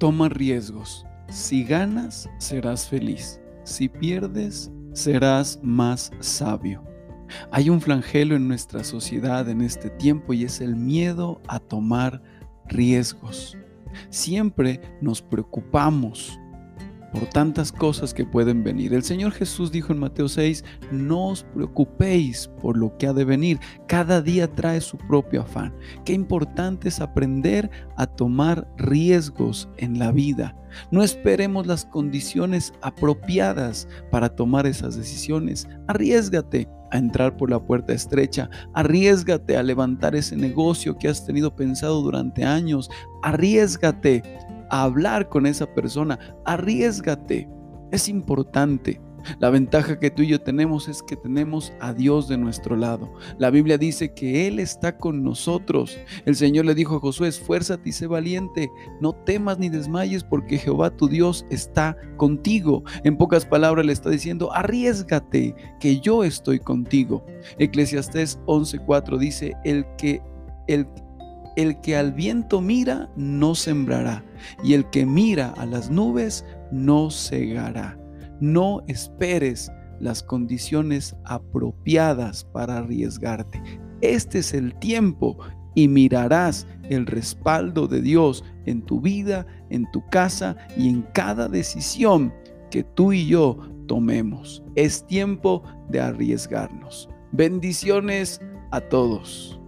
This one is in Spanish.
Toma riesgos. Si ganas, serás feliz. Si pierdes, serás más sabio. Hay un flagelo en nuestra sociedad en este tiempo y es el miedo a tomar riesgos. Siempre nos preocupamos por tantas cosas que pueden venir. El Señor Jesús dijo en Mateo 6, no os preocupéis por lo que ha de venir. Cada día trae su propio afán. Qué importante es aprender a tomar riesgos en la vida. No esperemos las condiciones apropiadas para tomar esas decisiones. Arriésgate a entrar por la puerta estrecha. Arriésgate a levantar ese negocio que has tenido pensado durante años. Arriésgate a hablar con esa persona. Arriésgate. Es importante. La ventaja que tú y yo tenemos es que tenemos a Dios de nuestro lado. La Biblia dice que Él está con nosotros. El Señor le dijo a Josué, esfuérzate y sé valiente, no temas ni desmayes porque Jehová tu Dios está contigo. En pocas palabras le está diciendo, arriésgate, que yo estoy contigo. Eclesiastés 11:4 dice, el que al viento mira no sembrará, y el que mira a las nubes no segará. No esperes las condiciones apropiadas para arriesgarte. Este es el tiempo y mirarás el respaldo de Dios en tu vida, en tu casa y en cada decisión que tú y yo tomemos. Es tiempo de arriesgarnos. Bendiciones a todos.